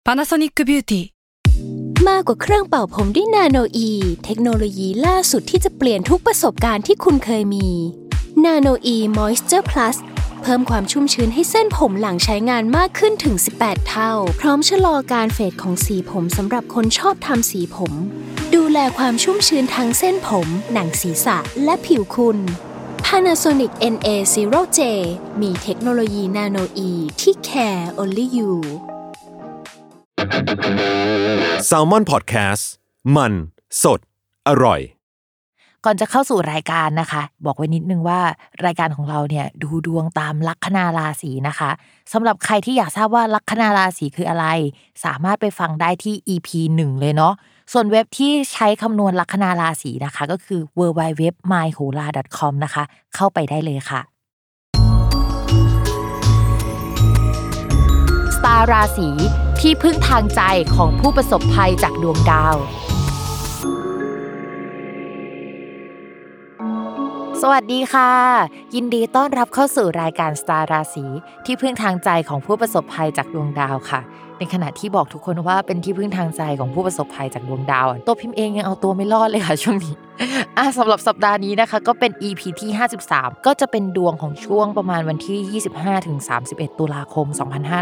Panasonic Beauty มากกว่าเครื่องเป่าผมด้วยนาโนอีเทคโนโลยีล่าสุดที่จะเปลี่ยนทุกประสบการณ์ที่คุณเคยมีนาโนอีมอยส์เจอร์พลัสเพิ่มความชุ่มชื้นให้เส้นผมหลังใช้งานมากขึ้นถึง18เท่าพร้อมชะลอการเฟดของสีผมสำหรับคนชอบทำสีผมดูแลความชุ่มชื้นทั้งเส้นผมหนังศีรษะและผิวคุณ Panasonic NA0J มีเทคโนโลยีนาโนอีที่ care only you Salmon Podcast มันสดอร่อยก่อนจะเข้าสู่รายการนะคะบอกไว้นิดนึงว่ารายการของเราเนี่ยดูดวงตามลัคนาราศีนะคะสำหรับใครที่อยากทราบว่าลัคนาราศีคืออะไรสามารถไปฟังได้ที่ EP 1 เลยเนาะส่วนเว็บที่ใช้คำนวณลัคนาราศีนะคะก็คือ www.myhola.com นะคะเข้าไปได้เลยค่ะสตาร์ราศีที่พึ่งทางใจของผู้ประสบภัยจากดวงดาวสวัสดีค่ะยินดีต้อนรับเข้าสู่รายการสตาร์ราศีที่พึ่งทางใจของผู้ประสบภัยจากดวงดาวค่ะในขณะที่บอกทุกคนว่าเป็นที่พึ่งทางใจของผู้ประสบภัยจากดวงดาวตัวพิมพ์เองยังเอาตัวไม่รอดเลยค่ะช่วงนี้สำหรับสัปดาห์นี้นะคะก็เป็น EP ที่53ก็จะเป็นดวงของช่วงประมาณวันที่ 25-31 ตุลาคม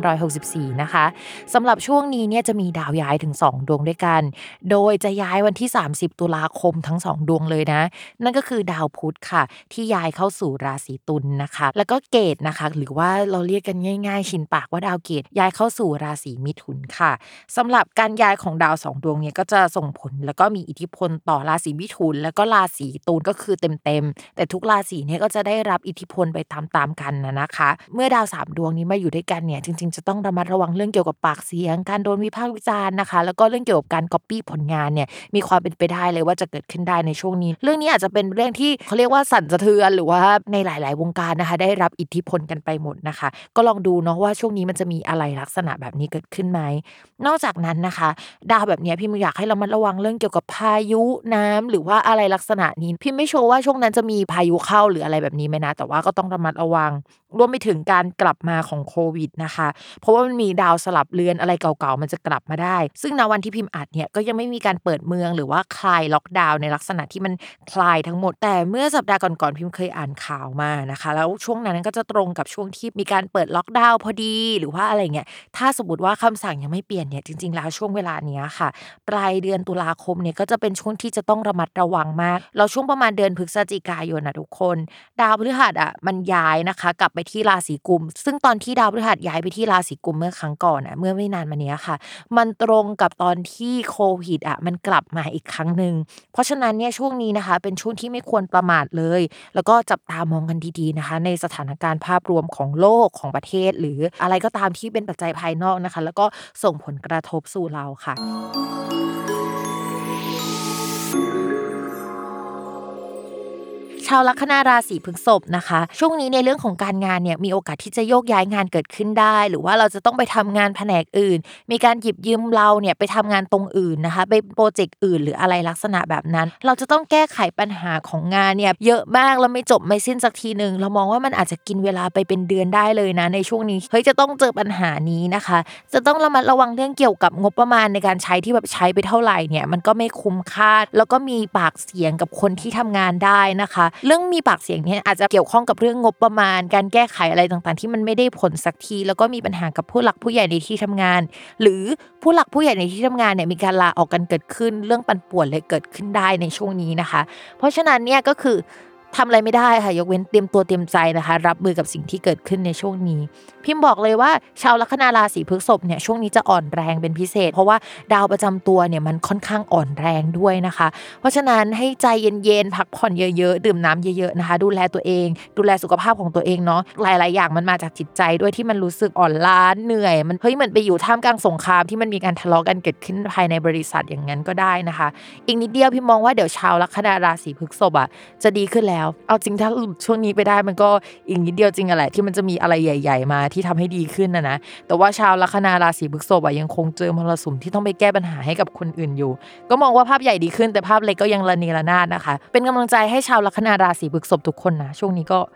2564นะคะสำหรับช่วงนี้เนี่ยจะมีดาวย้ายถึง2ดวงด้วยกันโดยจะย้ายวันที่30ตุลาคมทั้ง2ดวงเลยนะนั่นก็คือดาวพุธค่ะที่ย้ายเข้าสู่ราศีตุลนะคะแล้วก็เกตนะคะหรือว่าเราเรียกกันง่ายๆชินปากว่าดาวเกตย้ายเข้าสู่ราศีมิถุนค่ะสำหรับการย้ายของดาว2ดวงเนี่ยก็จะส่งผลแล้วก็มีอิทธิพลต่อราศีมิถุนแล้วก็ราศีตุลก็คือเต็มๆแต่ทุกราศีเนี่ยก็จะได้รับอิทธิพลไปตามๆกันนะคะเมื่อดาว3ดวงนี้มาอยู่ด้วยกันเนี่ยจริงๆจะต้องระมัดระวังเรื่องเกี่ยวกับปากเสียงการโดนวิพากษ์วิจารณ์นะคะแล้วก็เรื่องเกี่ยวกับการก๊อปปี้ผลงานเนี่ยมีความเป็นไปได้เลยว่าจะเกิดขึ้นได้ในช่วงนี้เรื่องนี้อาจจะเป็นเรื่องที่เขาเรียกว่าสั่นสะเทือนหรือว่าในหลายๆวงการนะคะได้รับอิทธิพลกันไปหมดนะคะก็ลองดูเนาะว่าช่วงนี้มันจะมีอะไรลักษณะแบบนี้เกิดขึ้นไหมนอกจากนั้นนะคะดาวแบบนี้พี่อยากให้เรามาระวังเรื่องเกี่ยวกับพายุน้ำหรือว่าอะไรลักษณะนี้พี่ไม่ชัวร์ว่าช่วงนั้นจะมีพายุเข้าหรืออะไรแบบนี้ไหมนะแต่ว่าก็ต้องระมัดระวังรวมไปถึงการกลับมาของโควิดนะคะเพราะว่ามันมีดาวสลับเรือนอะไรเก่าๆมันจะกลับมาได้ซึ่งณวันที่พิมพ์อัดเนี่ยก็ยังไม่มีการเปิดเมืองหรือว่าคลายล็อกดาวน์ในลักษณะที่มันคลายทั้งหมดแต่เมื่อสัปดาห์ก่อนๆพิมพ์เคยอ่านข่าวมานะคะแล้วช่วงนั้นก็จะตรงกับช่วงที่มีการเปิดล็อกดาวน์พอดีหรือว่าอะไรเงี้ยถ้าสมมติว่าคำสั่งยังไม่เปลี่ยนเนี่ยจริงๆแล้วช่วงเวลานี้ค่ะปลายเดือนตุลาคมเนี่ยก็จะเป็นช่วงที่จะต้องระมัดระวังมากเราช่วงประมาณเดือนพฤศจิกายนทุกคนดาวพฤหัสมันย้ายนะคะกลับไปที่ราศีกุมซึ่งตอนที่ดาวพฤหัสย้ายไปที่ราศีกุมเมื่อครั้งก่อนเมื่อไม่นานมานี้ค่ะมันตรงกับตอนที่โควิดมันกลับมาอีกครั้งนึงเพราะฉะนั้นเนี่ยช่วงนี้นะคะเป็นช่วงที่ไม่ควรประมาทเลยแล้วก็จับตามองกันดีๆนะคะในสถานการณ์ภาพรวมของโลกของประเทศหรืออะไรก็ตามที่เป็นปัจจัยภายนอกนะคะแล้วก็ส่งผลกระทบสู่เราค่ะชาวลัคนาราศีพฤษภนะคะช่วงนี้ในเรื่องของการงานเนี่ยมีโอกาสที่จะโยกย้ายงานเกิดขึ้นได้หรือว่าเราจะต้องไปทำงานแผนกอื่นมีการหยิบยืมเราเนี่ยไปทำงานตรงอื่นนะคะไปโปรเจกต์อื่นหรืออะไรลักษณะแบบนั้นเราจะต้องแก้ไขปัญหาของงานเนี่ยเยอะมากแล้วไม่จบไม่สิ้นสักทีนึงเรามองว่ามันอาจจะกินเวลาไปเป็นเดือนได้เลยนะในช่วงนี้จะต้องเจอปัญหานี้นะคะจะต้องระมัดระวังเรื่องเกี่ยวกับงบประมาณในการใช้ที่แบบใช้ไปเท่าไหร่เนี่ยมันก็ไม่คุ้มค่าแล้วก็มีปากเสียงกับคนที่ทำงานได้นะคะเรื่องมีปากเสียงเนี่ยอาจจะเกี่ยวข้องกับเรื่องงบประมาณการแก้ไขอะไรต่างๆที่มันไม่ได้ผลสักทีแล้วก็มีปัญหากับผู้หลักผู้ใหญ่ในที่ทำงานหรือผู้หลักผู้ใหญ่ในที่ทำงานเนี่ยมีการลาออกกันเกิดขึ้นเรื่องปั่นป่วนเลยเกิดขึ้นได้ในช่วงนี้นะคะเพราะฉะนั้นเนี่ยก็คือทำอะไรไม่ได้ค่ะยกเว้นเตรียมตัวเตรียมใจนะคะรับมือกับสิ่งที่เกิดขึ้นในช่วงนี้พิมพ์บอกเลยว่าชาวลัคนาราศีพฤษภเนี่ยช่วงนี้จะอ่อนแรงเป็นพิเศษเพราะว่าดาวประจำตัวเนี่ยมันค่อนข้างอ่อนแรงด้วยนะคะเพราะฉะนั้นให้ใจเย็นๆพักผ่อนเยอะๆดื่มน้ำเยอะๆนะคะดูแลตัวเองดูแลสุขภาพของตัวเองเนาะหลายๆอย่างมันมาจากจิตใจด้วยที่มันรู้สึกอ่อนล้าเหนื่อยมันเหมือนไปอยู่ท่ามกลางสงครามที่มันมีการทะเลาะกันเกิดขึ้นภายในบริษัทอย่างนั้นก็ได้นะคะอีกนิดเดียวพิมมองว่าเดี๋ยวชาวลัคนาราศีพฤษภจะดีขึ้นแล้วเอาจริงถ้าช่วงนี้ไปได้มันก็อีกนิดเดียวจริงแหละที่มันจะมีอะไรใหญ่ๆมาที่ทำให้ดีขึ้นนะแต่ว่าชาวลัคนาราศีพฤษภยังคงเจอมรสุมที่ต้องไปแก้ปัญหาให้กับคนอื่นอยู่ก็มองว่าภาพใหญ่ดีขึ้นแต่ภาพเล็กก็ยังระเนระนาดนะคะเป็นกำลังใจให้ชาวลัคนาราศีพฤษภทุกคนนะช่วงนี้ก็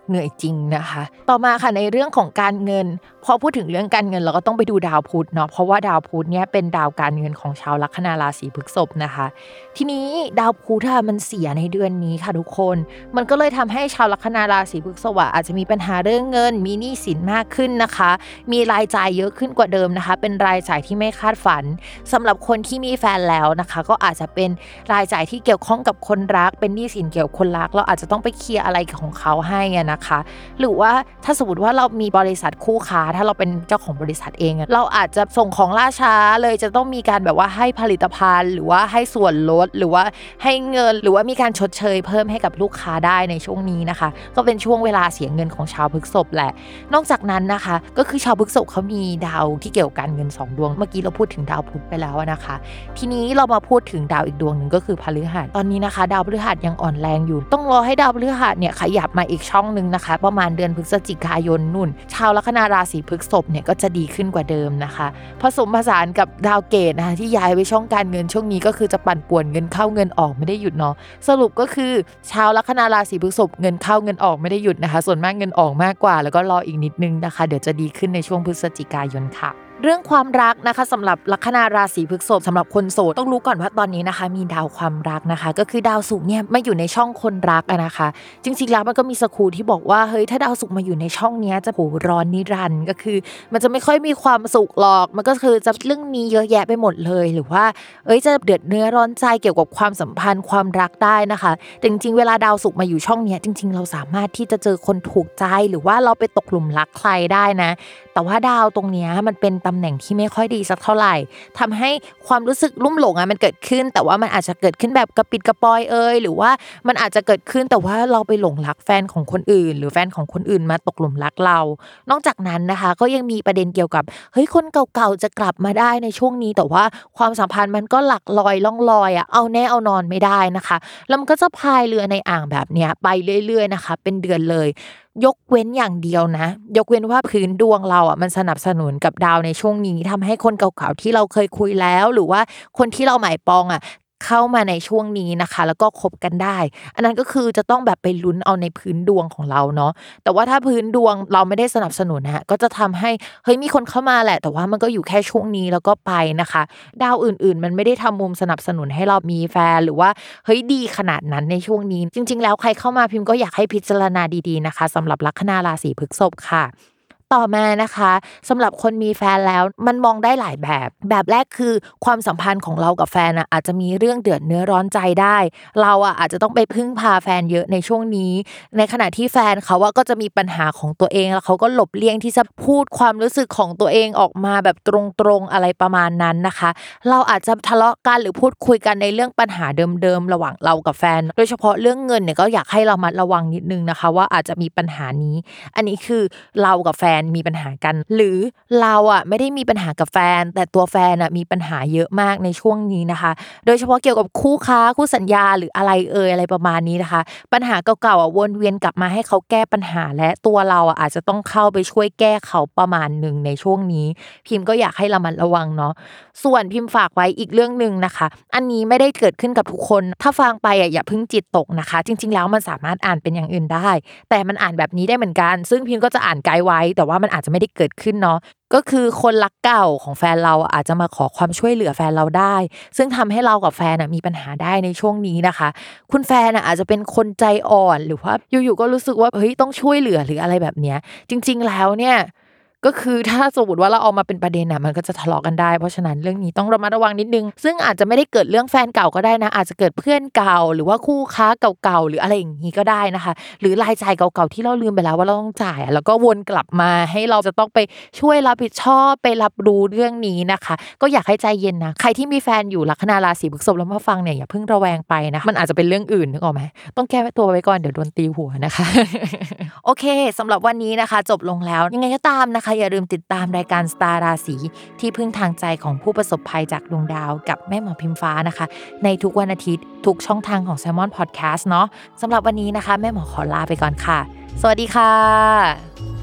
เหนื่อยจริงนะคะต่อมาค่ะในเรื่องของการเงินพอพูดถึงเรื่องการเงินเราก็ต้องไปดูดาวพุธเนาะเพราะว่าดาวพุธเนี่ยเป็นดาวการเงินของชาวลัคนาราศีพฤษภนะคะทีนี้ดาวพุธมันเสียในเดือนนี้ค่ะทุกคนมันก็เลยทำให้ชาวลัคนาราศีพฤษภอาจจะมีปัญหาเรื่องเงินมีหนี้สินมากขึ้นนะคะมีรายจ่ายเยอะขึ้นกว่าเดิมนะคะเป็นรายจ่ายที่ไม่คาดฝันสำหรับคนที่มีแฟนแล้วนะคะก็อาจจะเป็นรายจ่ายที่เกี่ยวข้องกับคนรักเป็นหนี้สินเกี่ยวกับคนรักเราอาจจะต้องไปเคลียร์อะไรของเขาให้นะคะหรือว่าถ้าสมมติว่าเรามีบริษัทคู่ค้าถ้าเราเป็นเจ้าของบริษัทเองเราอาจจะส่งของล่าช้าเลยจะต้องมีการแบบว่าให้ผลิตภัณฑ์หรือว่าให้ส่วนลดหรือว่าให้เงินหรือว่ามีการชดเชยเพิ่มให้กับลูกค้าได้ในช่วงนี้นะคะก็เป็นช่วงเวลาเสียเงินของชาวพฤษภแหละนอกจากนั้นนะคะก็คือชาวพฤษภเขามีดาวที่เกี่ยวกับการเงิน2ดวงเมื่อกี้เราพูดถึงดาวพุธไปแล้วนะคะทีนี้เรามาพูดถึงดาวอีกดวงนึงก็คือพฤหัสตอนนี้นะคะดาวพฤหัสยังอ่อนแรงอยู่ต้องรอให้ดาวพฤหัสเนี่ยขยับมาอีกช่องนึงนะคะประมาณเดือนพฤศจิกายนนู่นชาวลัคนาราศีพฤษภเนี่ยก็จะดีขึ้นกว่าเดิมนะคะผสมผสานกับดาวเกตนะคะที่ย้ายไปช่องการเงินช่วงนี้ก็คือจะปั่นป่วนเงินเข้าเงินออกไม่ได้หยุดเนาะสรุปก็คือชาวลัคนาราศีพฤษภเงินเข้าเงินออกไม่ได้หยุดนะคะส่วนมากเงินออกมากกว่าแล้วก็รออีกนิดนึงนะคะเดี๋ยวจะดีขึ้นในช่วงพฤศจิกายนค่ะเรื่องความรักนะคะสำหรับลัคนาราศีพฤษภสำหรับคนโสดต้องรู้ก่อนว่าตอนนี้นะคะมีดาวความรักนะคะก็คือดาวศุกร์เนี่ยมาอยู่ในช่องคนรักนะคะจริงๆแล้วมันก็มีสกู๊ปที่บอกว่าเฮ้ยถ้าดาวศุกร์มาอยู่ในช่องนี้จะโหร้อนนิรันดร์ก็คือมันจะไม่ค่อยมีความสุขหรอกมันก็คือจะเรื่องนี้เยอะแยะไปหมดเลยหรือว่าจะเดือดเนื้อร้อนใจเกี่ยวกับความสัมพันธ์ความรักได้นะคะแต่จริงๆเวลาดาวศุกร์มาอยู่ช่องนี้จริงๆเราสามารถที่จะเจอคนถูกใจหรือว่าเราไปตกหลุมรักใครได้นะแต่ว่าดาวตรงนี้มันเป็นตำแหน่งที่ไม่ค่อยดีสักเท่าไหร่ทำให้ความรู้สึกลุ่มหลงมันเกิดขึ้นแต่ว่ามันอาจจะเกิดขึ้นแบบกระปิดกระปอยหรือว่ามันอาจจะเกิดขึ้นแต่ว่าเราไปหลงรักแฟนของคนอื่นหรือแฟนของคนอื่นมาตกหลุมรักเรานอกจากนั้นนะคะก็ยังมีประเด็นเกี่ยวกับคนเก่าๆจะกลับมาได้ในช่วงนี้แต่ว่าความสัมพันธ์มันก็หลักลอยล่องลอยเอาแน่เอานอนไม่ได้นะคะแล้วมันก็จะพายเรือในอ่างแบบเนี้ยไปเรื่อยๆนะคะเป็นเดือนเลยยกเว้นอย่างเดียวนะยกเว้นว่าพื้นดวงเรามันสนับสนุนกับดาวในช่วงนี้ทำให้คนเก่าๆที่เราเคยคุยแล้วหรือว่าคนที่เราหมายปองเข้ามาในช่วงนี้นะคะแล้วก็คบกันได้อันนั้นก็คือจะต้องแบบไปลุ้นเอาในพื้นดวงของเราเนาะแต่ว่าถ้าพื้นดวงเราไม่ได้สนับสนุนก็จะทำให้มีคนเข้ามาแหละแต่ว่ามันก็อยู่แค่ช่วงนี้แล้วก็ไปนะคะดาวอื่นๆมันไม่ได้ทำมุมสนับสนุนให้เรามีแฟนหรือว่าดีขนาดนั้นในช่วงนี้จริงๆแล้วใครเข้ามาพิมพ์ก็อยากให้พิจารณาดีๆนะคะสำหรับลัคนาราศีพฤษภค่ะต่อมานะคะสำหรับคนมีแฟนแล้วมันมองได้หลายแบบแรกคือความสัมพันธ์ของเรากับแฟนอาจจะมีเรื่องเดือดเนื้อร้อนใจได้เราอาจจะต้องไปพึ่งพาแฟนเยอะในช่วงนี้ในขณะที่แฟนเขาก็จะมีปัญหาของตัวเองแล้วเขาก็หลบเลี่ยงที่จะพูดความรู้สึกของตัวเองออกมาแบบตรงๆอะไรประมาณนั้นนะคะเราอาจจะทะเลาะกันหรือพูดคุยกันในเรื่องปัญหาเดิมๆระหว่างเรากับแฟนโดยเฉพาะเรื่องเงินเนี่ยก็อยากให้เรามัดระวังนิดนึงนะคะว่าอาจจะมีปัญหานี้อันนี้คือเรากับแฟนมีปัญหากันหรือเราไม่ได้มีปัญหากับแฟนแต่ตัวแฟนมีปัญหาเยอะมากในช่วงนี้นะคะโดยเฉพาะเกี่ยวกับคู่ค้าคู่สัญญาหรืออะไรประมาณนี้นะคะปัญหาเก่าๆวนเวียนกลับมาให้เขาแก้ปัญหาและตัวเราอาจจะต้องเข้าไปช่วยแก้เขาประมาณนึงในช่วงนี้พิมพ์ก็อยากให้ระมัดระวังเนาะส่วนพิมพ์ฝากไว้อีกเรื่องนึงนะคะอันนี้ไม่ได้เกิดขึ้นกับทุกคนถ้าฟังไปอย่าเพิ่งจิตตกนะคะจริงๆแล้วมันสามารถอ่านเป็นอย่างอื่นได้แต่มันอ่านแบบนี้ได้เหมือนกันซึ่งพิมพ์ก็จะอ่านไกด์ไว้แต่ว่ามันอาจจะไม่ได้เกิดขึ้นเนาะก็คือคนรักเก่าของแฟนเราอาจจะมาขอความช่วยเหลือแฟนเราได้ซึ่งทำให้เรากับแฟนมีปัญหาได้ในช่วงนี้นะคะคุณแฟนอาจจะเป็นคนใจอ่อนหรือว่าอยู่ๆก็รู้สึกว่าต้องช่วยเหลือหรืออะไรแบบเนี้ยจริงๆแล้วเนี่ยก็คือถ้าสมมติว่าเราเอามาเป็นประเด็นมันก็จะทะเลาะกันได้เพราะฉะนั้นเรื่องนี้ต้องระมัดระวังนิดนึงซึ่งอาจจะไม่ได้เกิดเรื่องแฟนเก่าก็ได้นะอาจจะเกิดเพื่อนเก่าหรือว่าคู่ค้าเก่าๆหรืออะไรอย่างนี้ก็ได้นะคะหรือรายจ่ายเก่าๆที่เราลืมไปแล้วว่าเราต้องจ่ายแล้วก็วนกลับมาให้เราจะต้องไปช่วยรับผิดชอบไปรับรู้เรื่องนี้นะคะก็อยากให้ใจเย็นนะใครที่มีแฟนอยู่ลัคนาราศีพฤษภแล้วมาฟังเนี่ยอย่าเพิ่งระแวงไปนะมันอาจจะเป็นเรื่องอื่นนึกออกไหมต้องแก้ตัวไว้ก่อนเดี๋ยวโดนตีหัวนะคะ โอเคสำหรับวันนี้นะคะจบลงแล้วยังไงก็ตามนะคะอย่าลืมติดตามรายการสตาร์ราศีที่พึ่งทางใจของผู้ประสบภัยจากดวงดาวกับแม่หมอพิมฟ้านะคะในทุกวันอาทิตย์ทุกช่องทางของ Salmon Podcast เนาะสำหรับวันนี้นะคะแม่หมอขอลาไปก่อนค่ะสวัสดีค่ะ